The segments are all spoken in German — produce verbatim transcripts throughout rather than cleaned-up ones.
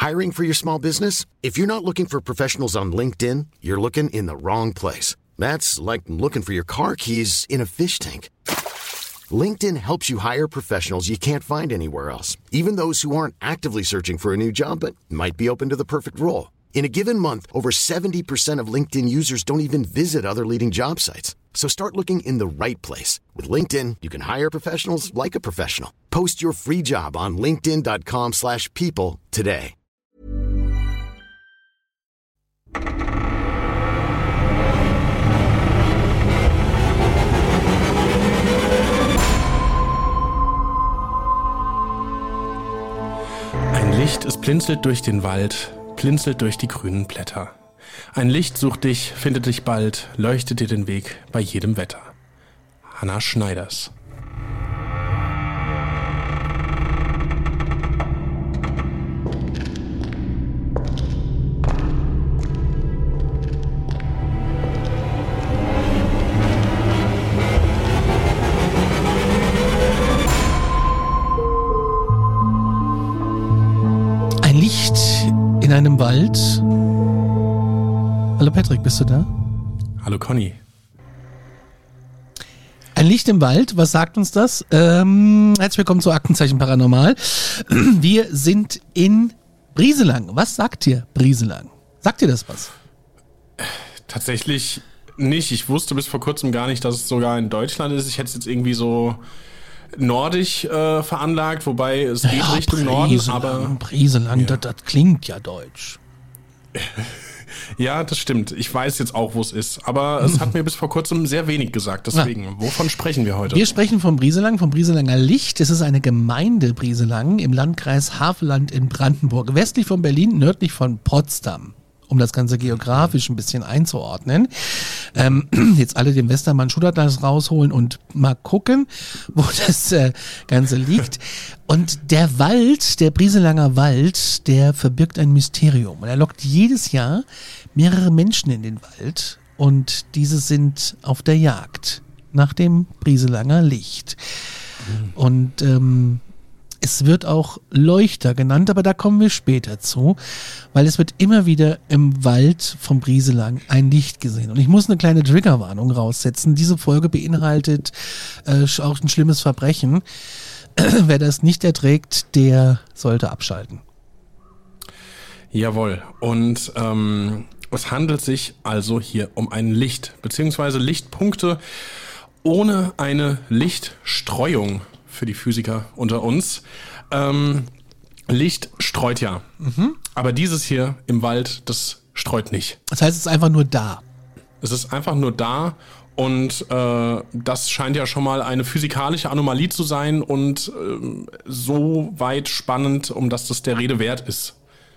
Hiring for your small business? If you're not looking for professionals on LinkedIn, you're looking in the wrong place. That's like looking for your car keys in a fish tank. LinkedIn helps you hire professionals you can't find anywhere else, even those who aren't actively searching for a new job but might be open to the perfect role. In a given month, over seventy percent of LinkedIn users don't even visit other leading job sites. So start looking in the right place. With LinkedIn, you can hire professionals like a professional. Post your free job on linkedin dot com slash people today. Ein Licht, es blinzelt durch den Wald, blinzelt durch die grünen Blätter. Ein Licht sucht dich, findet dich bald, leuchtet dir den Weg bei jedem Wetter. Hannah Schneiders. Ein Licht in einem Wald. Hallo Patrick, bist du da? Hallo Conny. Ein Licht im Wald, was sagt uns das? Ähm, herzlich willkommen zu Aktenzeichen Paranormal. Wir sind in Brieselang. Was sagt dir Brieselang? Sagt dir das was? Tatsächlich nicht. Ich wusste bis vor kurzem gar nicht, dass es sogar in Deutschland ist. Ich hätte es jetzt irgendwie so nordisch äh, veranlagt, wobei es geht ja, Richtung Norden. Aber Brieselang, ja. das, das klingt ja deutsch. Ja, das stimmt. Ich weiß jetzt auch, wo es ist. Aber es hat mir bis vor kurzem sehr wenig gesagt. Deswegen, ja. Wovon sprechen wir heute? Wir sprechen von Brieselang, vom Brieselanger Licht. Es ist eine Gemeinde Brieselang im Landkreis Havelland in Brandenburg. Westlich von Berlin, nördlich von Potsdam. Um das Ganze geografisch ein bisschen einzuordnen. Ähm, jetzt alle den Westermann Schulatlas rausholen und mal gucken, wo das äh, Ganze liegt. Und der Wald, der Brieselanger Wald, der verbirgt ein Mysterium. Und er lockt jedes Jahr mehrere Menschen in den Wald. Und diese sind auf der Jagd nach dem Brieselanger Licht. Und ähm, es wird auch Leuchter genannt, aber da kommen wir später zu, weil es wird immer wieder im Wald vom Brieselang ein Licht gesehen. Und ich muss eine kleine Triggerwarnung raussetzen. Diese Folge beinhaltet äh, auch ein schlimmes Verbrechen. Wer das nicht erträgt, der sollte abschalten. Jawohl. Und ähm, es handelt sich also hier um ein Licht, beziehungsweise Lichtpunkte ohne eine Lichtstreuung. Für die Physiker unter uns. Ähm, Licht streut ja. Mhm. Aber dieses hier im Wald, das streut nicht. Das heißt, es ist einfach nur da. Es ist einfach nur da und äh, das scheint ja schon mal eine physikalische Anomalie zu sein und äh, so weit spannend, um dass das der Rede wert ist.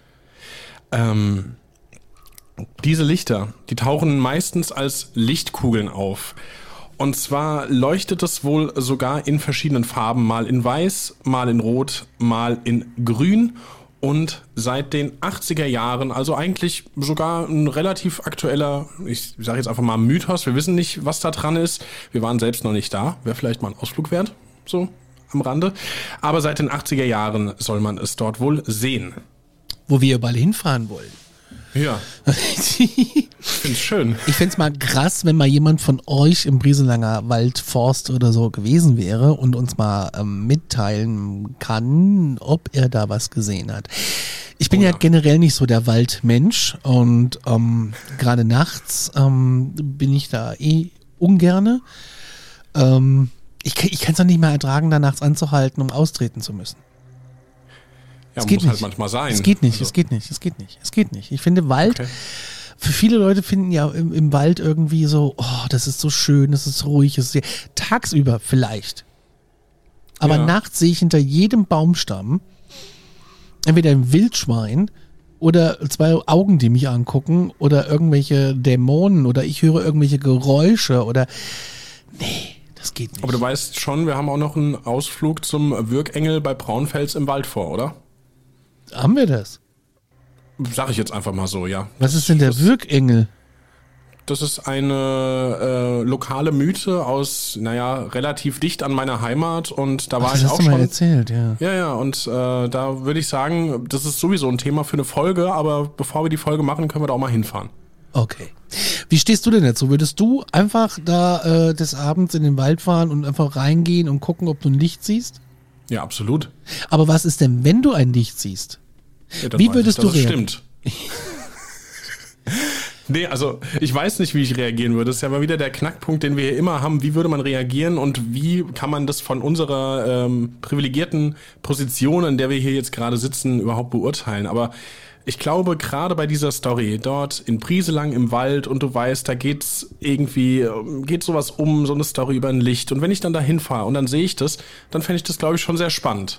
Ähm, diese Lichter, die tauchen meistens als Lichtkugeln auf. Und zwar leuchtet es wohl sogar in verschiedenen Farben, mal in weiß, mal in rot, mal in grün. Und seit den achtziger Jahren, also eigentlich sogar ein relativ aktueller, ich sage jetzt einfach mal Mythos, wir wissen nicht, was da dran ist. Wir waren selbst noch nicht da, wäre vielleicht mal ein Ausflug wert, so am Rande. Aber seit den achtziger Jahren soll man es dort wohl sehen. Wo wir überall hinfahren wollen. Ja, ich find's schön. Ich find's mal krass, wenn mal jemand von euch im Brieselanger Wald, Forst oder so gewesen wäre und uns mal ähm, mitteilen kann, ob er da was gesehen hat. Ich bin oh ja. ja generell nicht so der Waldmensch und ähm, gerade nachts ähm, bin ich da eh ungerne. Ähm, ich ich kann es doch nicht mehr ertragen, da nachts anzuhalten, um austreten zu müssen. Ja, es geht muss nicht. halt manchmal sein. Es geht nicht, also. es geht nicht, es geht nicht, es geht nicht. Ich finde Wald, okay. Für viele Leute finden ja im, im Wald irgendwie so, oh, das ist so schön, das ist ruhig, das ist tagsüber vielleicht. Aber ja. nachts sehe ich hinter jedem Baumstamm entweder ein Wildschwein oder zwei Augen, die mich angucken oder irgendwelche Dämonen oder ich höre irgendwelche Geräusche oder nee, das geht nicht. Aber du weißt schon, wir haben auch noch einen Ausflug zum Wirkengel bei Braunfels im Wald vor, oder? Haben wir das? Sag ich jetzt einfach mal so, ja. Was ist denn der Wirkengel? Das ist eine äh, lokale Mythe aus, naja, relativ dicht an meiner Heimat und da war Ach, ich das auch hast du schon. mal erzählt, ja. Ja, ja, und äh, da würde ich sagen, das ist sowieso ein Thema für eine Folge, aber bevor wir die Folge machen, können wir da auch mal hinfahren. Okay. Wie stehst du denn dazu? Würdest du einfach da äh, des Abends in den Wald fahren und einfach reingehen und gucken, ob du ein Licht siehst? Ja, absolut. Aber was ist denn, wenn du ein Licht siehst? Ja, dann Wie weiß würdest ich, du dass es reagieren? Stimmt. Nee, also ich weiß nicht, wie ich reagieren würde. Das ist ja mal wieder der Knackpunkt, den wir hier immer haben. Wie würde man reagieren und wie kann man das von unserer ähm, privilegierten Position, in der wir hier jetzt gerade sitzen, überhaupt beurteilen? Aber ich glaube, gerade bei dieser Story, dort in Brieselang im Wald und du weißt, da geht's irgendwie, geht sowas um, so eine Story über ein Licht. Und wenn ich dann da hinfahre und dann sehe ich das, dann fände ich das, glaube ich, schon sehr spannend.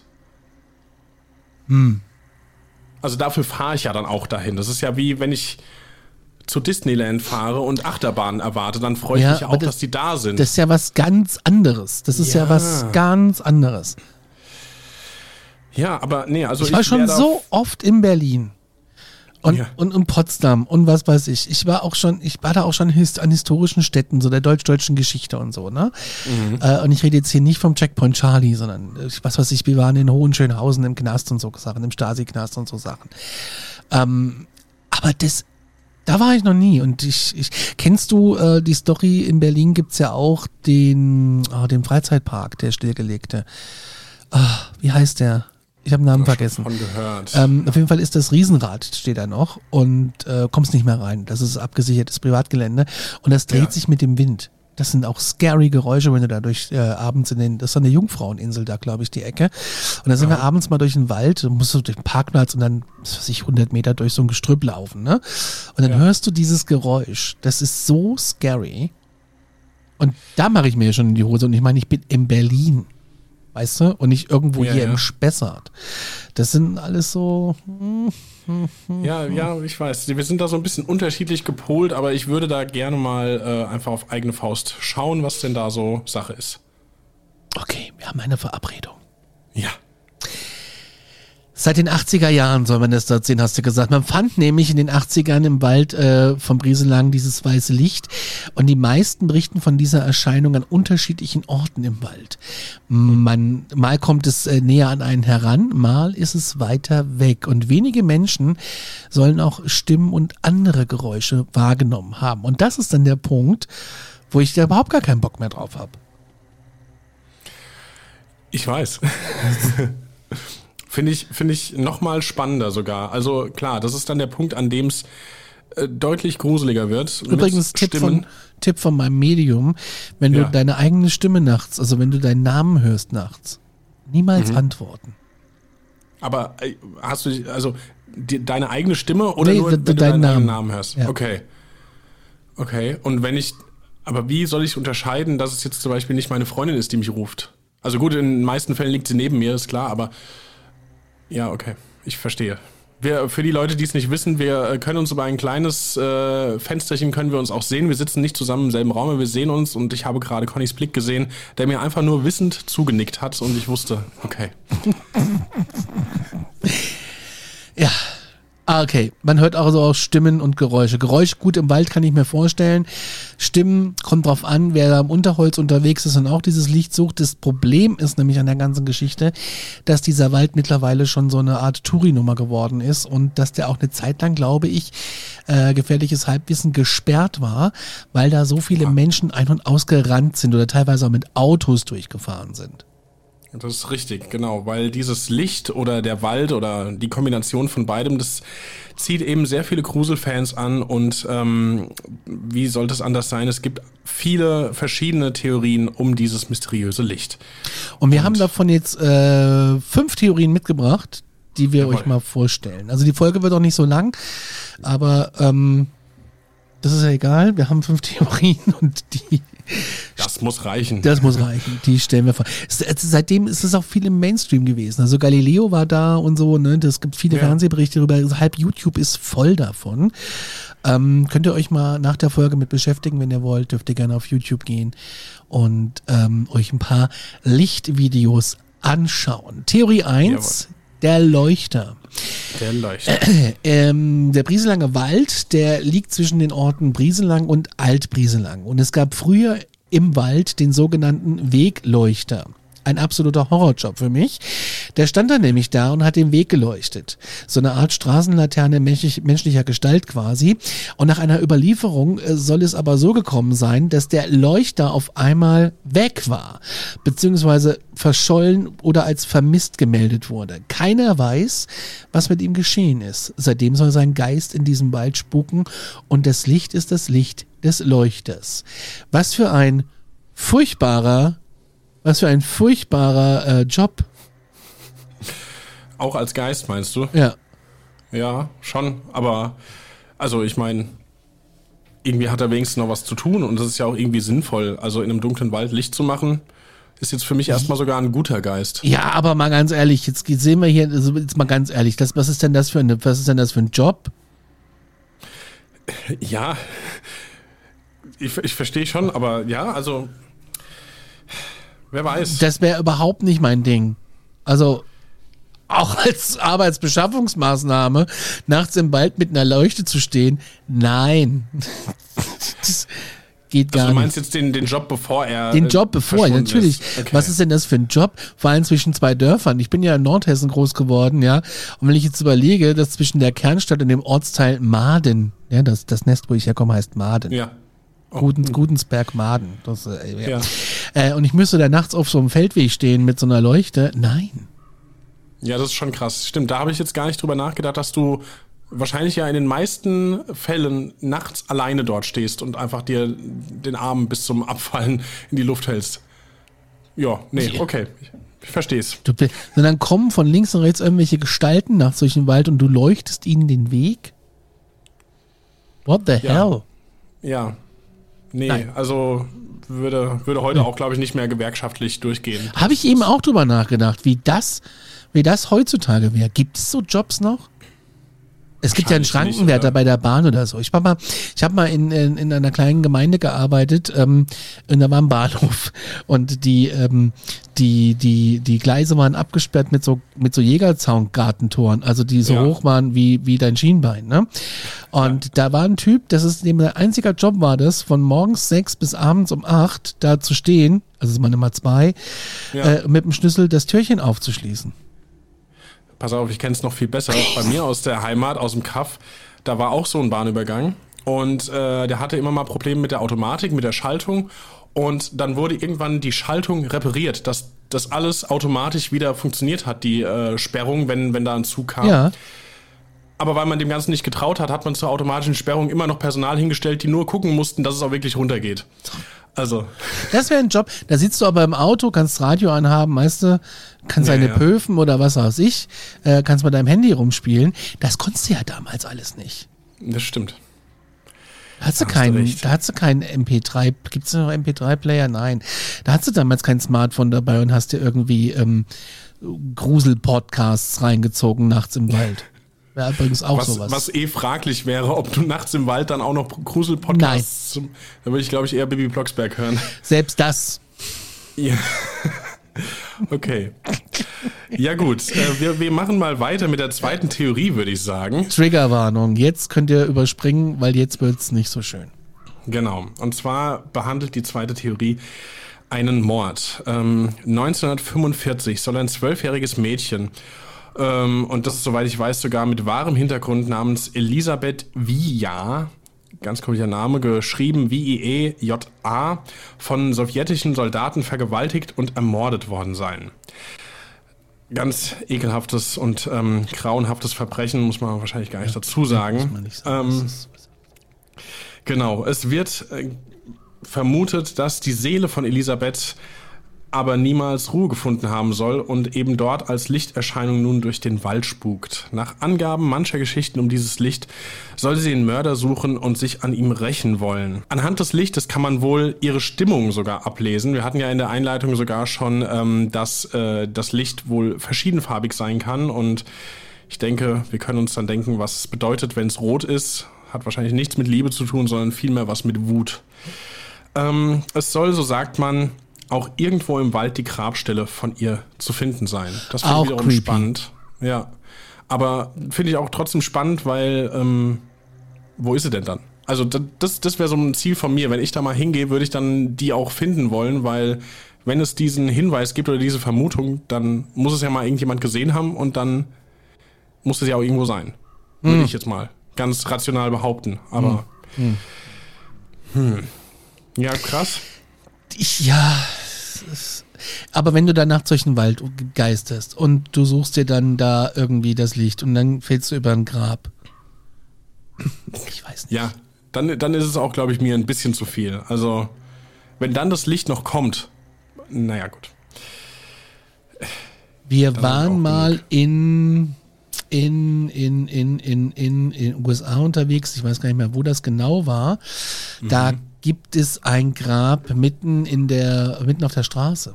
Hm. Also dafür fahre ich ja dann auch dahin. Das ist ja wie, wenn ich zu Disneyland fahre und Achterbahnen erwarte, dann freue ich Ja, mich aber auch, das- dass die da sind. Das ist ja was ganz anderes. Das ist ja, Ja. was ganz anderes. ja, aber nee, also Ich war schon wär da- so oft in Berlin. Und, Ja. und in Potsdam und was weiß ich. Ich war auch schon, ich war da auch schon hist- an historischen Städten, so der deutsch-deutschen Geschichte und so, ne? Mhm. Äh, und ich rede jetzt hier nicht vom Checkpoint Charlie, sondern äh, was weiß ich, wir waren in Hohenschönhausen im Knast und so Sachen, im Stasi-Knast und so Sachen. Ähm, aber das, da war ich noch nie. Und ich, ich kennst du äh, die Story, in Berlin gibt's ja auch den, oh, den Freizeitpark, der stillgelegte. Ah, wie heißt der? Ich habe den Namen vergessen. Von gehört. Ähm, auf jeden Fall ist das Riesenrad, steht da noch und äh, kommst nicht mehr rein. Das ist abgesichertes Privatgelände und das dreht Ja. sich mit dem Wind. Das sind auch scary Geräusche, wenn du da durch äh, abends in den, das ist so eine Jungfraueninsel da, glaube ich, die Ecke. Und da sind wir abends mal durch den Wald, du musst so durch den Parkplatz und dann, was weiß ich, hundert Meter durch so ein Gestrüpp laufen, ne? Und dann Ja. hörst du dieses Geräusch. Das ist so scary. Und da mache ich mir schon in die Hose und ich meine, ich bin in Berlin. Weißt du? Und nicht irgendwo Ja, hier ja. im Spessart. Das sind alles so. Ja, ja, ich weiß. Wir sind da so ein bisschen unterschiedlich gepolt, aber ich würde da gerne mal äh, einfach auf eigene Faust schauen, was denn da so Sache ist. Okay, wir haben eine Verabredung. Ja. Seit den achtziger Jahren soll man das dort sehen, hast du gesagt. Man fand nämlich in den achtzigern im Wald äh, von Brieselang dieses weiße Licht und die meisten berichten von dieser Erscheinung an unterschiedlichen Orten im Wald. Man, mal kommt es äh, näher an einen heran, mal ist es weiter weg und wenige Menschen sollen auch Stimmen und andere Geräusche wahrgenommen haben. Und das ist dann der Punkt, wo ich da überhaupt gar keinen Bock mehr drauf habe. Ich weiß. Finde ich, finde ich noch mal spannender sogar. Also klar, das ist dann der Punkt, an dem es äh, deutlich gruseliger wird. Übrigens, mit Tipp Stimmen. von, Tipp von meinem Medium, wenn Ja. du deine eigene Stimme nachts, also wenn du deinen Namen hörst nachts, niemals Mhm. antworten. Aber äh, hast du, also die, deine eigene Stimme oder Nee, nur, de- wenn du deinen deinen eigenen Namen. Namen hörst? Ja. Okay. Okay, und wenn ich, aber wie soll ich unterscheiden, dass es jetzt zum Beispiel nicht meine Freundin ist, die mich ruft? Also gut, in den meisten Fällen liegt sie neben mir, ist klar, aber ja, okay, ich verstehe. Wir, für die Leute, die es nicht wissen, wir äh, können uns über ein kleines äh, Fensterchen können wir uns auch sehen. Wir sitzen nicht zusammen im selben Raum, aber wir sehen uns und ich habe gerade Connys Blick gesehen, der mir einfach nur wissend zugenickt hat und ich wusste, okay. Ja. Ah, okay. Man hört also auch Stimmen und Geräusche. Geräusch gut im Wald kann ich mir vorstellen. Stimmen kommt drauf an, wer da im Unterholz unterwegs ist und auch dieses Licht sucht. Das Problem ist nämlich an der ganzen Geschichte, dass dieser Wald mittlerweile schon so eine Art Touri-Nummer geworden ist und dass der auch eine Zeit lang, glaube ich, äh, gefährliches Halbwissen gesperrt war, weil da so viele Menschen ein- und ausgerannt sind oder teilweise auch mit Autos durchgefahren sind. Das ist richtig, genau, weil dieses Licht oder der Wald oder die Kombination von beidem, das zieht eben sehr viele Gruselfans an und ähm, wie sollte es anders sein? Es gibt viele verschiedene Theorien um dieses mysteriöse Licht. Und wir Und- haben davon jetzt äh, fünf Theorien mitgebracht, die wir Jawohl. euch mal vorstellen. Also die Folge wird auch nicht so lang, aber ähm, das ist ja egal. Wir haben fünf Theorien und die, Das muss reichen. das muss reichen. Die stellen wir vor. Es, es, seitdem ist es auch viel im Mainstream gewesen. Also Galileo war da und so. Ne, es gibt viele Ja. Fernsehberichte darüber. Also halb YouTube ist voll davon. Ähm, könnt ihr euch mal nach der Folge mit beschäftigen, wenn ihr wollt. Dürft ihr gerne auf YouTube gehen und ähm, euch ein paar Lichtvideos anschauen. Theorie eins. Der Leuchter. Der Leuchter. Äh, ähm, der Brieselanger Wald, der liegt zwischen den Orten Brieselang und Alt-Brieselang. Und es gab früher im Wald den sogenannten Wegleuchter. Ein absoluter Horrorjob für mich. Der stand dann nämlich da und hat den Weg geleuchtet. So eine Art Straßenlaterne menschlich, menschlicher Gestalt quasi. Und nach einer Überlieferung äh, soll es aber so gekommen sein, dass der Leuchter auf einmal weg war. Beziehungsweise verschollen oder als vermisst gemeldet wurde. Keiner weiß, was mit ihm geschehen ist. Seitdem soll sein Geist in diesem Wald spuken und das Licht ist das Licht des Leuchters. Was für ein furchtbarer Was für ein furchtbarer äh, Job. Auch als Geist, meinst du? Ja. Ja, schon. Aber, also ich meine, irgendwie hat er wenigstens noch was zu tun und das ist ja auch irgendwie sinnvoll. Also in einem dunklen Wald Licht zu machen, ist jetzt für mich erstmal sogar ein guter Geist. Ja, aber mal ganz ehrlich, jetzt sehen wir hier, also jetzt mal ganz ehrlich, das, was ist denn das für eine, was ist denn das für ein Job? Ja, ich, ich verstehe schon, aber ja, also wer weiß. Das wäre überhaupt nicht mein Ding. Also auch als Arbeitsbeschaffungsmaßnahme, nachts im Wald mit einer Leuchte zu stehen, nein. Das geht gar also du nicht. meinst jetzt den, den Job, bevor er Den Job bevor, verschwunden natürlich. ist. Okay. Was ist denn das für ein Job? Vor allem zwischen zwei Dörfern. Ich bin ja in Nordhessen groß geworden, ja. Und wenn ich jetzt überlege, dass zwischen der Kernstadt und dem Ortsteil Maden, ja, das, das Nest, wo ich herkomme, heißt Maden. Ja. Oh. Guten, Gudensberg-Maden. Das, äh, ja. Ja. Äh, und ich müsste da nachts auf so einem Feldweg stehen mit so einer Leuchte. Nein. Ja, das ist schon krass. Stimmt, da habe ich jetzt gar nicht drüber nachgedacht, dass du wahrscheinlich ja in den meisten Fällen nachts alleine dort stehst und einfach dir den Arm bis zum Abfallen in die Luft hältst. Ja, nee, okay. Ich, ich versteh's. Du, und dann kommen von links und rechts irgendwelche Gestalten nach solchen Wald und du leuchtest ihnen den Weg? What the Ja. hell? Ja. Nee, Nein. also würde, würde heute auch, glaube ich, nicht mehr gewerkschaftlich durchgehen. Habe ich eben auch drüber nachgedacht, wie das, wie das heutzutage wäre. Gibt es so Jobs noch? Es gibt ja einen Wahrscheinlich nicht, Schrankenwärter oder? bei der Bahn oder so. Ich habe mal, ich hab mal in, in, in einer kleinen Gemeinde gearbeitet, ähm, und da war ein Bahnhof und die, ähm, die, die, die Gleise waren abgesperrt mit so, mit so Jägerzaungartentoren, also die so Ja. hoch waren wie, wie dein Schienbein, ne? Und ja. Da war ein Typ, das ist dem der einzige Job war das, von morgens sechs bis abends um acht da zu stehen, also ist man immer zwei, Ja. äh, mit dem Schlüssel das Türchen aufzuschließen. Pass auf, ich kenne es noch viel besser. Bei mir aus der Heimat, aus dem Kaff, da war auch so ein Bahnübergang und äh, der hatte immer mal Probleme mit der Automatik, mit der Schaltung und dann wurde irgendwann die Schaltung repariert, dass das alles automatisch wieder funktioniert hat, die äh, Sperrung, wenn, wenn da ein Zug kam. Ja. Aber weil man dem Ganzen nicht getraut hat, hat man zur automatischen Sperrung immer noch Personal hingestellt, die nur gucken mussten, dass es auch wirklich runtergeht. Also. Das wäre ein Job. Da sitzt du aber im Auto, kannst Radio anhaben, weißt du, kannst Ja, eine ja. Pöfen oder was weiß ich, äh, kannst mit deinem Handy rumspielen. Das konntest du ja damals alles nicht. Das stimmt. Da hast du Da hast du keinen, recht. da hast du keinen M P drei, gibt's noch M P drei Player? Nein. Da hast du damals kein Smartphone dabei und hast dir irgendwie ähm, Grusel-Podcasts reingezogen nachts im Wald. Wäre übrigens auch Was, sowas. was eh fraglich wäre, ob du nachts im Wald dann auch noch Grusel-Podcasts zum, da würde ich, glaube ich, eher Bibi Blocksberg hören. Selbst das. Ja. Okay. Ja gut, äh, wir, wir machen mal weiter mit der zweiten Theorie, würde ich sagen. Triggerwarnung. Jetzt könnt ihr überspringen, weil jetzt wird's nicht so schön. Genau. Und zwar behandelt die zweite Theorie einen Mord. Ähm, neunzehnhundertfünfundvierzig soll ein zwölfjähriges Mädchen, ähm, und das ist, soweit ich weiß, sogar mit wahrem Hintergrund, namens Elisabeth Vija, ganz komischer Name, geschrieben V I E J A, von sowjetischen Soldaten vergewaltigt und ermordet worden sein. Ganz ekelhaftes und ähm, grauenhaftes Verbrechen, muss man wahrscheinlich gar nicht dazu sagen. Muss man nicht sagen. Ähm, Das ist- Genau, es wird äh, vermutet, dass die Seele von Elisabeth aber niemals Ruhe gefunden haben soll und eben dort als Lichterscheinung nun durch den Wald spukt. Nach Angaben mancher Geschichten um dieses Licht soll sie den Mörder suchen und sich an ihm rächen wollen. Anhand des Lichtes kann man wohl ihre Stimmung sogar ablesen. Wir hatten ja in der Einleitung sogar schon, ähm, dass äh, das Licht wohl verschiedenfarbig sein kann und ich denke, wir können uns dann denken, was es bedeutet, wenn es rot ist. Hat wahrscheinlich nichts mit Liebe zu tun, sondern vielmehr was mit Wut. Ähm, es soll, so sagt man, auch irgendwo im Wald die Grabstelle von ihr zu finden sein. Das finde Auch ich wiederum creepy. spannend. Ja, aber finde ich auch trotzdem spannend, weil, ähm, wo ist sie denn dann? Also das, das wäre so ein Ziel von mir. Wenn ich da mal hingehe, würde ich dann die auch finden wollen, weil wenn es diesen Hinweis gibt oder diese Vermutung, dann muss es ja mal irgendjemand gesehen haben und dann muss es ja auch irgendwo sein. Hm. Würde ich jetzt mal ganz rational behaupten. Aber hm. Hm. Ja, krass. Ja, aber wenn du dann nachts durch den Wald geisterst und du suchst dir dann da irgendwie das Licht und dann fällst du über ein Grab. Ich weiß nicht. Ja, dann, dann ist es auch, glaube ich, mir ein bisschen zu viel. Also, wenn dann das Licht noch kommt, naja, gut. Wir dann waren mal in, in, in, in, in, in, in U S A unterwegs. Ich weiß gar nicht mehr, wo das genau war. Mhm. Da gibt es ein Grab mitten in der, mitten auf der Straße.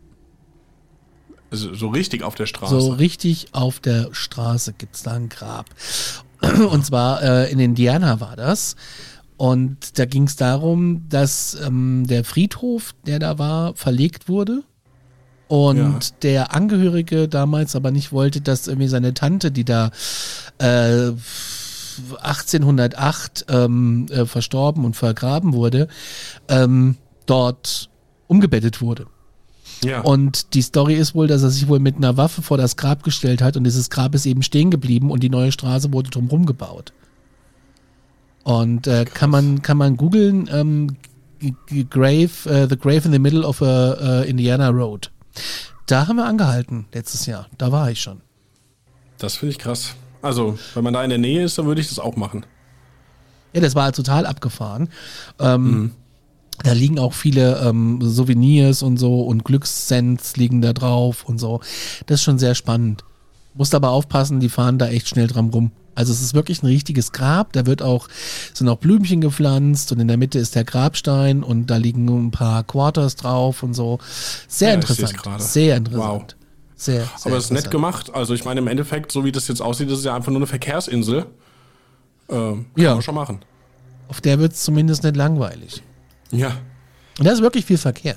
Also so richtig auf der Straße? So richtig auf der Straße gibt es da ein Grab. Und zwar äh, in Indiana war das. Und da ging es darum, dass ähm, der Friedhof, der da war, verlegt wurde. Und ja. der Angehörige damals aber nicht wollte, dass irgendwie seine Tante, die da äh, achtzehnhundertacht ähm, äh, verstorben und vergraben wurde, ähm, dort umgebettet wurde. Ja. Und die Story ist wohl, dass er sich wohl mit einer Waffe vor das Grab gestellt hat und dieses Grab ist eben stehen geblieben und die neue Straße wurde drumherum gebaut. Und äh, kann man kann man googeln, ähm, Grave, uh, the Grave in the Middle of a, uh, Indiana Road. Da haben wir angehalten letztes Jahr. Da war ich schon. Das finde ich krass. Also, wenn man da in der Nähe ist, dann würde ich das auch machen. Ja, das war halt total abgefahren. Ähm, mhm. Da liegen auch viele ähm, Souvenirs und so und Glückscents liegen da drauf und so. Das ist schon sehr spannend. Musst aber aufpassen, die fahren da echt schnell dran rum. Also es ist wirklich ein richtiges Grab, da wird auch, sind auch Blümchen gepflanzt und in der Mitte ist der Grabstein und da liegen ein paar Quarters drauf und so. Sehr ja, interessant, sehr interessant. Wow. Sehr, sehr aber es ist nett gemacht, also ich meine im Endeffekt, so wie das jetzt aussieht, das ist ja einfach nur eine Verkehrsinsel. Ähm, kann ja. man schon machen. Auf der wird es zumindest nicht langweilig. Ja. Und da ist wirklich viel Verkehr.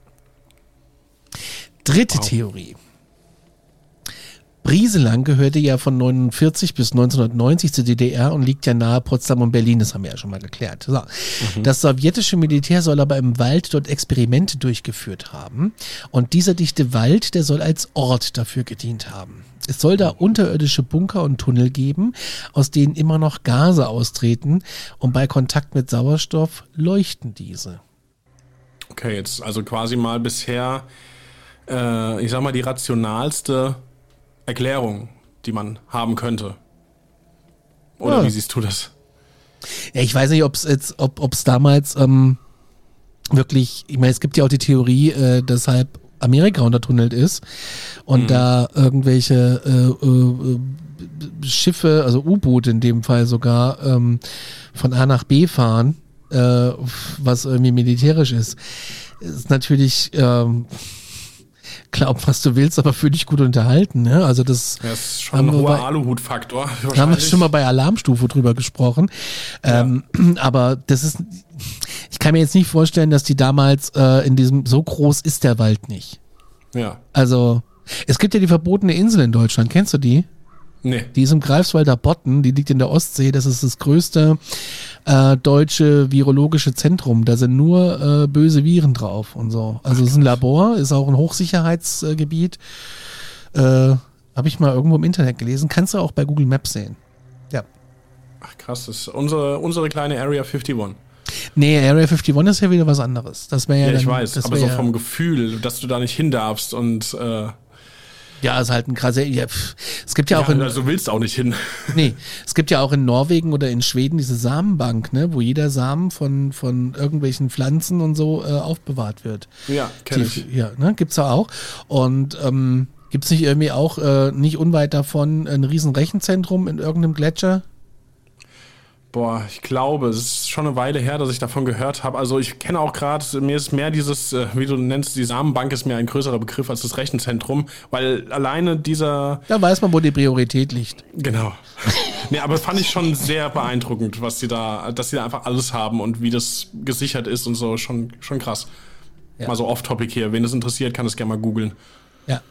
Dritte wow. Theorie. Brieselang gehörte ja von neunundvierzig bis neunzehnhundertneunzig zur D D R und liegt ja nahe Potsdam und Berlin, das haben wir ja schon mal geklärt. So. Mhm. Das sowjetische Militär soll aber im Wald dort Experimente durchgeführt haben und dieser dichte Wald, der soll als Ort dafür gedient haben. Es soll da unterirdische Bunker und Tunnel geben, aus denen immer noch Gase austreten und bei Kontakt mit Sauerstoff leuchten diese. Okay, jetzt also quasi mal bisher, äh, ich sag mal, die rationalste Erklärung, die man haben könnte. Oder ja. Wie siehst du das? Ja, ich weiß nicht, ob's jetzt, ob es damals ähm, wirklich, ich meine, es gibt ja auch die Theorie, äh, dass halb Amerika untertunnelt ist und mhm. da irgendwelche äh, äh, Schiffe, also U-Boote in dem Fall sogar, ähm, von A nach B fahren, äh, was irgendwie militärisch ist. Ist natürlich ähm, glaub, was du willst, aber für dich gut unterhalten. Ne? Also das, das ist schon ein hoher Aluhut-Faktor. Da haben wir schon mal bei Alarmstufe drüber gesprochen. Ja. Ähm, aber das ist, ich kann mir jetzt nicht vorstellen, dass die damals äh, in diesem, so groß ist der Wald nicht. Ja. Also, es gibt ja die verbotene Insel in Deutschland. Kennst du die? Nee. Die ist im Greifswalder Bodden, die liegt in der Ostsee. Das ist das größte äh, deutsche virologische Zentrum. Da sind nur äh, böse Viren drauf und so. Also es ist ein Labor, ist auch ein Hochsicherheitsgebiet. Äh, Habe ich mal irgendwo im Internet gelesen. Kannst du auch bei Google Maps sehen. Ja. Ach krass, das ist unsere, unsere kleine Area einundfünfzig. Nee, Area einundfünfzig ist ja wieder was anderes. Das wäre ja, ja dann, ich weiß, das aber so ja vom Gefühl, dass du da nicht hin darfst und äh ja, ist halt ein krasser. Ja, es gibt ja, ja auch in. Also willst auch nicht hin. Nee, es gibt ja auch in Norwegen oder in Schweden diese Samenbank, ne, wo jeder Samen von von irgendwelchen Pflanzen und so äh, aufbewahrt wird. Ja, kenn ich. Ja, ne, gibt's da auch. Und ähm, gibt's nicht irgendwie auch äh, nicht unweit davon ein riesen Rechenzentrum in irgendeinem Gletscher? Boah, ich glaube, es ist schon eine Weile her, dass ich davon gehört habe. Also ich kenne auch gerade, mir ist mehr dieses, wie du nennst, die Samenbank ist mir ein größerer Begriff als das Rechenzentrum, weil alleine dieser... Da weiß man, wo die Priorität liegt. Genau. Nee, aber fand ich schon sehr beeindruckend, was sie da, dass sie da einfach alles haben und wie das gesichert ist und so, schon, schon krass. Ja. Mal so off-topic hier. Wen das interessiert, kann das gerne mal googeln. Ja.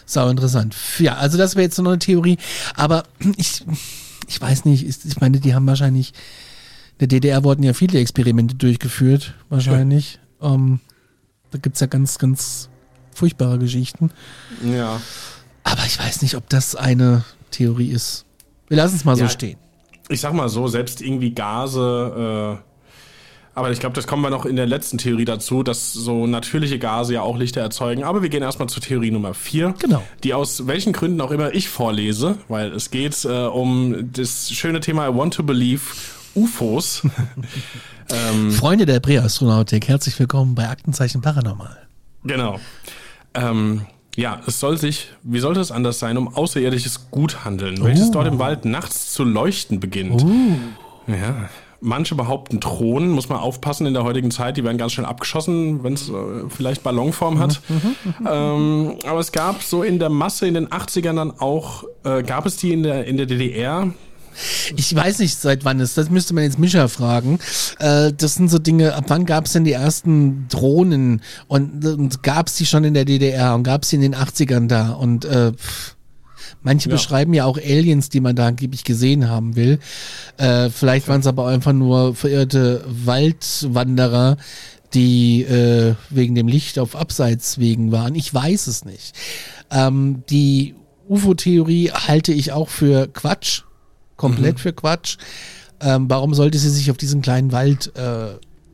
sau interessant. Ja, also das wäre jetzt so noch eine Theorie, aber ich, ich weiß nicht, ich meine, die haben wahrscheinlich, in der D D R wurden ja viele Experimente durchgeführt, wahrscheinlich. Ja. Ähm, da gibt es ja ganz, ganz furchtbare Geschichten. Ja. Aber ich weiß nicht, ob das eine Theorie ist. Wir lassen es mal ja, so stehen. Ich sag mal so, selbst irgendwie Gase, äh, aber ich glaube, das kommen wir noch in der letzten Theorie dazu, dass so natürliche Gase ja auch Lichter erzeugen. Aber wir gehen erstmal zur Theorie Nummer vier, genau. Die aus welchen Gründen auch immer ich vorlese, weil es geht äh, um das schöne Thema I want to believe U F Os. ähm, Freunde der Präastronautik, herzlich willkommen bei Aktenzeichen Paranormal. Genau. Ähm, ja, es soll sich, wie sollte es anders sein, um außerirdisches Gut handeln, welches uh. dort im Wald nachts zu leuchten beginnt. Uh. Ja. Manche behaupten Thronen, muss man aufpassen in der heutigen Zeit, die werden ganz schnell abgeschossen, wenn es äh, vielleicht Ballonform hat. ähm, aber es gab so in der Masse in den achtzigern dann auch, äh, gab es die in der, in der D D R? Ich weiß nicht, seit wann es, das müsste man jetzt Mischa fragen. Äh, das sind so Dinge, ab wann gab es denn die ersten Drohnen und, und gab es die schon in der D D R und gab es die in den achtzigern da und äh, pff. Manche ja. beschreiben ja auch Aliens, die man da angeblich gesehen haben will. Äh, vielleicht waren es aber einfach nur verirrte Waldwanderer, die äh, wegen dem Licht auf Abseitswegen waren. Ich weiß es nicht. Ähm, die U F O-Theorie halte ich auch für Quatsch. Komplett mhm. für Quatsch. Ähm, warum sollte sie sich auf diesen kleinen Wald äh,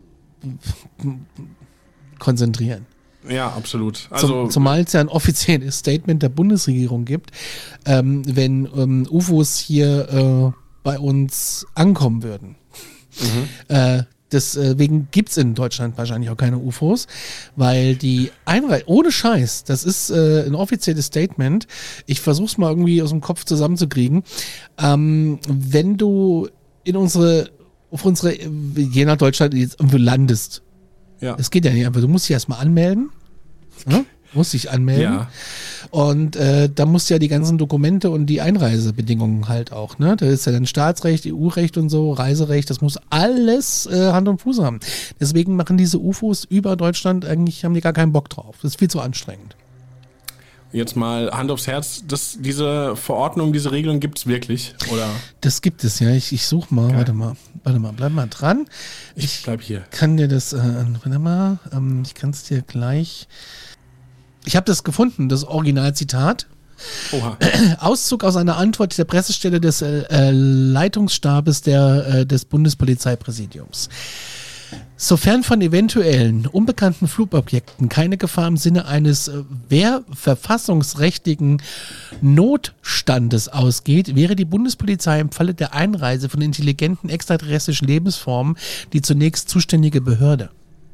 konzentrieren? Ja, absolut. Also, Zum, zumal es ja ein offizielles Statement der Bundesregierung gibt, ähm, wenn ähm, U F Os hier äh, bei uns ankommen würden. Mhm. Äh, deswegen gibt es in Deutschland wahrscheinlich auch keine U F Os, weil die Einreise, ohne Scheiß, das ist äh, ein offizielles Statement, ich versuche es mal irgendwie aus dem Kopf zusammenzukriegen, ähm, wenn du in unsere, auf unsere, je nach Deutschland jetzt irgendwo landest, ja. Das geht ja nicht einfach. Du musst dich erstmal anmelden. Ja? Du musst dich anmelden. Ja. Und äh, da musst du ja die ganzen Dokumente und die Einreisebedingungen halt auch. Ne? Da ist ja dann Staatsrecht, E U-Recht und so, Reiserecht. Das muss alles äh, Hand und Fuß haben. Deswegen machen diese U F Os über Deutschland eigentlich, haben die gar keinen Bock drauf. Das ist viel zu anstrengend. Jetzt mal Hand aufs Herz, das, diese Verordnung, diese Regelung gibt es wirklich, oder? Das gibt es, ja. Ich, ich suche mal, okay. warte mal, warte mal, bleib mal dran. Ich, ich bleib hier. Kann dir das, äh, warte mal, ähm, ich kann es dir gleich, ich habe das gefunden, das Originalzitat. Oha. Auszug aus einer Antwort der Pressestelle des äh, Leitungsstabes der, äh, des Bundespolizeipräsidiums. Sofern von eventuellen unbekannten Flugobjekten keine Gefahr im Sinne eines äh, wehrverfassungsrechtlichen Notstandes ausgeht, wäre die Bundespolizei im Falle der Einreise von intelligenten extraterrestrischen Lebensformen die zunächst zuständige Behörde.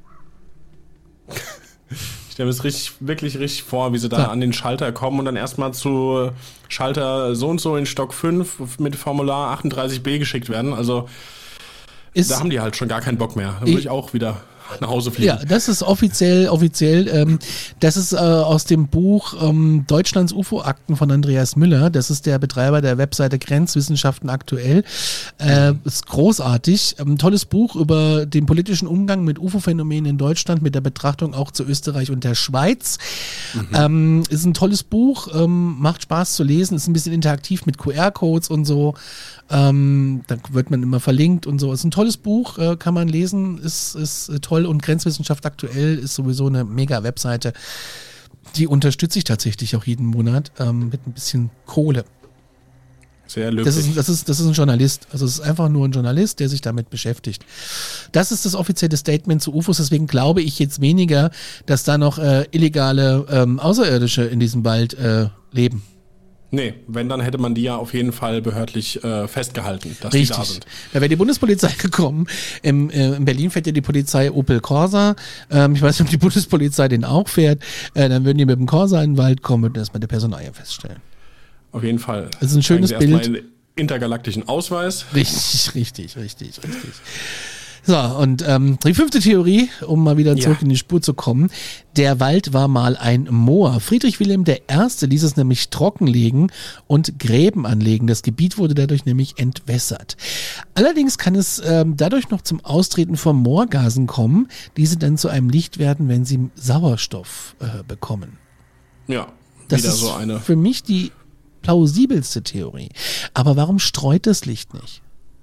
Ich stelle mir das richtig, wirklich richtig vor, wie sie da ja. an den Schalter kommen und dann erstmal zu Schalter so und so in Stock fünf mit Formular achtunddreißig b geschickt werden. Also Ist, da haben die halt schon gar keinen Bock mehr. Da würde ich auch wieder nach Hause fliegen. Ja, das ist offiziell, offiziell. Ähm, das ist äh, aus dem Buch ähm, Deutschlands U F O-Akten von Andreas Müller. Das ist der Betreiber der Webseite Grenzwissenschaften aktuell. Äh, ist großartig. Ein ähm, tolles Buch über den politischen Umgang mit U F O-Phänomenen in Deutschland, mit der Betrachtung auch zu Österreich und der Schweiz. Mhm. Ähm, ist ein tolles Buch, ähm, macht Spaß zu lesen, ist ein bisschen interaktiv mit Q R-Codes und so. Ähm, da wird man immer verlinkt und so. Ist ein tolles Buch, äh, kann man lesen, ist, ist äh, toll und Grenzwissenschaft aktuell ist sowieso eine mega Webseite. Die unterstütze ich tatsächlich auch jeden Monat ähm, mit ein bisschen Kohle. Sehr löblich. Das ist, das, ist, das ist ein Journalist. Also es ist einfach nur ein Journalist, der sich damit beschäftigt. Das ist das offizielle Statement zu U F Os. Deswegen glaube ich jetzt weniger, dass da noch äh, illegale ähm, Außerirdische in diesem Wald äh, leben. Nee, wenn, dann hätte man die ja auf jeden Fall behördlich äh, festgehalten, dass Richtig. die da sind. Da wäre die Bundespolizei gekommen. Im, äh, in Berlin fährt ja die Polizei Opel Corsa. Ähm, ich weiß nicht, ob die Bundespolizei den auch fährt. Äh, dann würden die mit dem Corsa in den Wald kommen und erstmal der Personalie feststellen. Auf jeden Fall. Das ist ein schönes Zeigen Sie Bild. erstmal einen intergalaktischen Ausweis. Richtig, richtig, richtig, richtig. So, und ähm, die fünfte Theorie, um mal wieder zurück ja. in die Spur zu kommen. Der Wald war mal ein Moor. Friedrich Wilhelm der Erste ließ es nämlich trockenlegen und Gräben anlegen. Das Gebiet wurde dadurch nämlich entwässert. Allerdings kann es ähm, dadurch noch zum Austreten von Moorgasen kommen, diese dann zu einem Licht werden, wenn sie Sauerstoff äh, bekommen. Ja. Das wieder ist so eine. für mich die plausibelste Theorie. Aber warum streut das Licht nicht?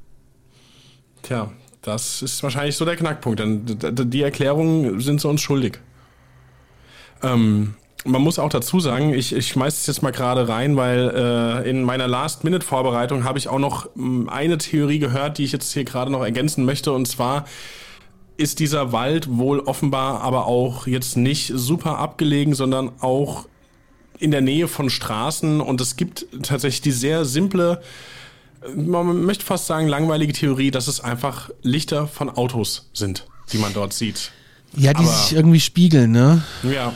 Tja, das ist wahrscheinlich so der Knackpunkt. Denn die Erklärungen sind sie uns schuldig. Ähm, man muss auch dazu sagen, ich, ich schmeiß es jetzt mal gerade rein, weil äh, in meiner Last-Minute-Vorbereitung habe ich auch noch mh, eine Theorie gehört, die ich jetzt hier gerade noch ergänzen möchte. Und zwar ist dieser Wald wohl offenbar aber auch jetzt nicht super abgelegen, sondern auch in der Nähe von Straßen. Und es gibt tatsächlich die sehr simple, man möchte fast sagen langweilige Theorie, dass es einfach Lichter von Autos sind, die man dort sieht. Ja, die aber, sich irgendwie spiegeln, ne? Ja.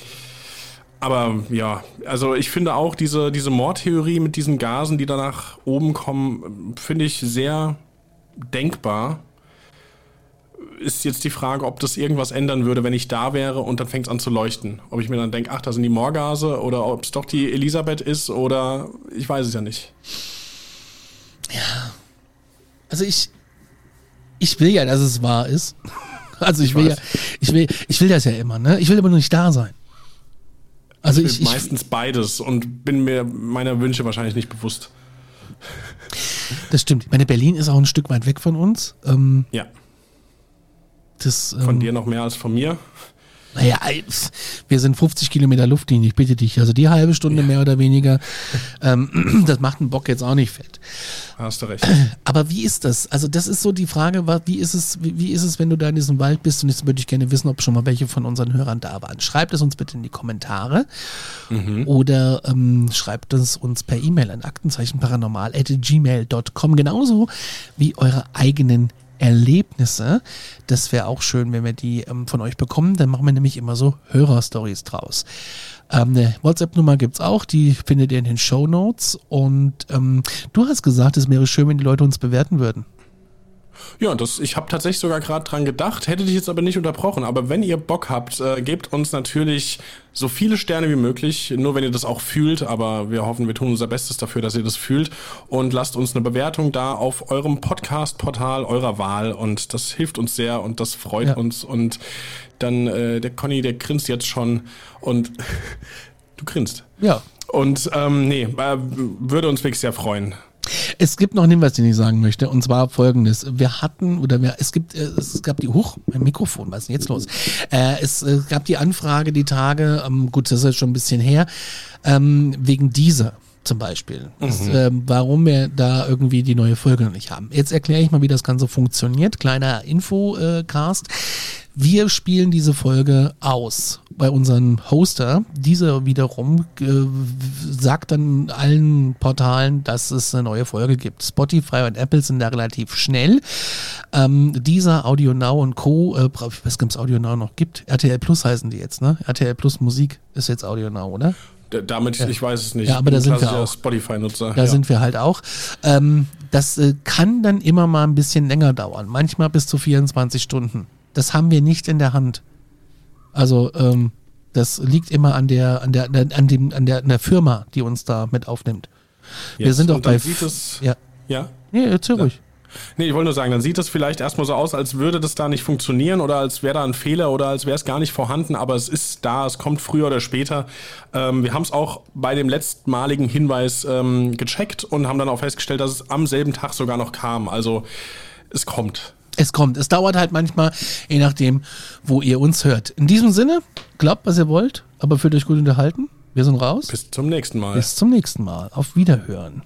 Aber ja, also ich finde auch diese, diese Mordtheorie mit diesen Gasen, die da nach oben kommen, finde ich sehr denkbar. Ist jetzt die Frage, ob das irgendwas ändern würde, wenn ich da wäre und dann fängt es an zu leuchten. Ob ich mir dann denke, ach, da sind die Moorgase oder ob es doch die Elisabeth ist oder ich weiß es ja nicht. Ja. Also ich, ich will ja, dass es wahr ist. Also ich will Ich ja, weiß. ich will, ich will das ja immer, ne? Ich will aber nur nicht da sein. Also Ich ich, will ich, meistens beides und bin mir meiner Wünsche wahrscheinlich nicht bewusst. das stimmt. Ich meine, Berlin ist auch ein Stück weit weg von uns. Ähm, Ja, das, ähm, von dir noch mehr als von mir. Naja, wir sind fünfzig Kilometer Luftlinie, ich bitte dich. Also die halbe Stunde mehr oder weniger, ähm, das macht einen Bock jetzt auch nicht fett. Hast du recht. Aber wie ist das? Also das ist so die Frage, wa- wie ist es, wie, wie ist es, wenn du da in diesem Wald bist? Und jetzt würde ich gerne wissen, ob schon mal welche von unseren Hörern da waren. Schreibt es uns bitte in die Kommentare oder ähm, schreibt es uns per E-Mail an aktenzeichenparanormal at gmail dot com. Genauso wie eure eigenen Erlebnisse. Das wäre auch schön, wenn wir die ähm, von euch bekommen. Dann machen wir nämlich immer so Hörerstories draus. Ähm, eine WhatsApp-Nummer gibt's auch, die findet ihr in den Shownotes. Und ähm, du hast gesagt, es wäre schön, wenn die Leute uns bewerten würden. Ja, das, ich habe tatsächlich sogar gerade dran gedacht, hätte dich jetzt aber nicht unterbrochen. Aber wenn ihr Bock habt, äh, gebt uns natürlich so viele Sterne wie möglich, nur wenn ihr das auch fühlt. Aber wir hoffen, wir tun unser Bestes dafür, dass ihr das fühlt. Und lasst uns eine Bewertung da auf eurem Podcast-Portal eurer Wahl. Und das hilft uns sehr und das freut Ja. uns. Und dann, äh, der Conny, der grinst jetzt schon und du grinst. Ja. Und ähm, nee, äh, würde uns wirklich sehr freuen. Es gibt noch einen Hinweis, den ich sagen möchte, und zwar folgendes. Wir hatten, oder wir, es gibt, äh, es gab die, huch, mein Mikrofon, was ist denn jetzt los? Äh, es äh, gab die Anfrage, die Tage, ähm, gut, das ist jetzt schon ein bisschen her, ähm, wegen dieser zum Beispiel. Das, ähm, warum wir da irgendwie die neue Folge noch nicht haben. Jetzt erkläre ich mal, wie das Ganze funktioniert. Kleiner Infocast. Wir spielen diese Folge aus bei unserem Hoster. Dieser wiederum äh, sagt dann allen Portalen, dass es eine neue Folge gibt. Spotify und Apple sind da relativ schnell. Ähm, dieser Audio Now und Co. Äh, ich weiß nicht, ob es Audio Now noch gibt. R T L Plus heißen die jetzt, ne? R T L Plus Musik ist jetzt Audio Now, oder? D- Damit, Ja. ich weiß es nicht. Ja, aber da Ich bin sind wir klassischer auch. Spotify-Nutzer. Da ja. sind wir halt auch. Ähm, das äh, kann dann immer mal ein bisschen länger dauern. Manchmal bis zu vierundzwanzig Stunden. Das haben wir nicht in der Hand. Also ähm, das liegt immer an der, an der, an dem, an der, an der Firma, die uns da mit aufnimmt. Wir Yes. sind auch Und dann bei. sieht es, ja. ja? Nee, erzähl Ja. ruhig. Nee, ich wollte nur sagen, dann sieht es vielleicht erstmal so aus, als würde das da nicht funktionieren oder als wäre da ein Fehler oder als wäre es gar nicht vorhanden, aber es ist da, es kommt früher oder später. Ähm, wir haben es auch bei dem letztmaligen Hinweis ähm, gecheckt und haben dann auch festgestellt, dass es am selben Tag sogar noch kam. Also es kommt. Es kommt. Es dauert halt manchmal, je nachdem, wo ihr uns hört. In diesem Sinne, glaubt, was ihr wollt, aber fühlt euch gut unterhalten. Wir sind raus. Bis zum nächsten Mal. Bis zum nächsten Mal. Auf Wiederhören.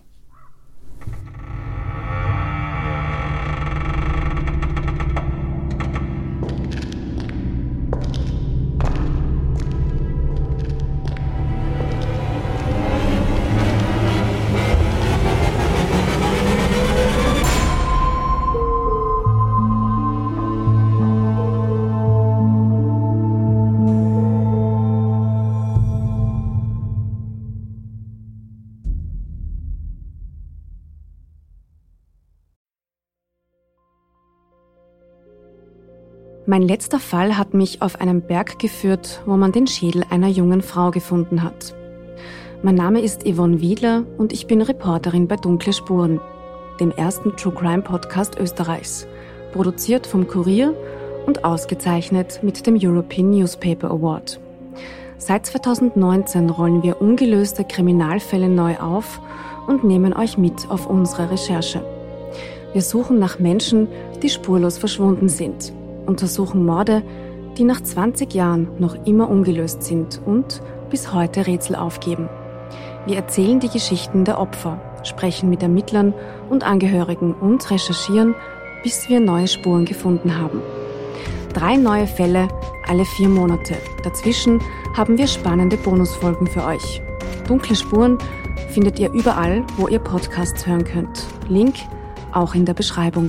Mein letzter Fall hat mich auf einen Berg geführt, wo man den Schädel einer jungen Frau gefunden hat. Mein Name ist Yvonne Wiedler und ich bin Reporterin bei Dunkle Spuren, dem ersten True Crime Podcast Österreichs, produziert vom Kurier und ausgezeichnet mit dem European Newspaper Award. Seit zweitausendneunzehn rollen wir ungelöste Kriminalfälle neu auf und nehmen euch mit auf unsere Recherche. Wir suchen nach Menschen, die spurlos verschwunden sind, untersuchen Morde, die nach zwanzig Jahren noch immer ungelöst sind und bis heute Rätsel aufgeben. Wir erzählen die Geschichten der Opfer, sprechen mit Ermittlern und Angehörigen und recherchieren, bis wir neue Spuren gefunden haben. Drei neue Fälle alle vier Monate. Dazwischen haben wir spannende Bonusfolgen für euch. Dunkle Spuren findet ihr überall, wo ihr Podcasts hören könnt. Link auch in der Beschreibung.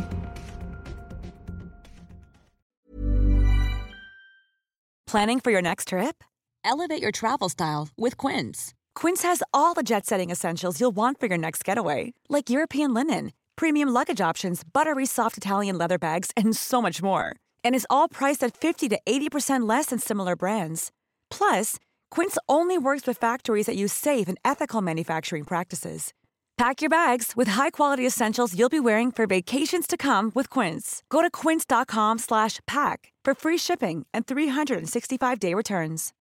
Planning for your next trip? Elevate your travel style with Quince. Quince has all the jet-setting essentials you'll want for your next getaway, like European linen, premium luggage options, buttery soft Italian leather bags, and so much more. And is all priced at fifty to eighty percent less than similar brands. Plus, Quince only works with factories that use safe and ethical manufacturing practices. Pack your bags with high-quality essentials you'll be wearing for vacations to come with Quince. Go to quince.com slash pack for free shipping and three sixty-five day returns.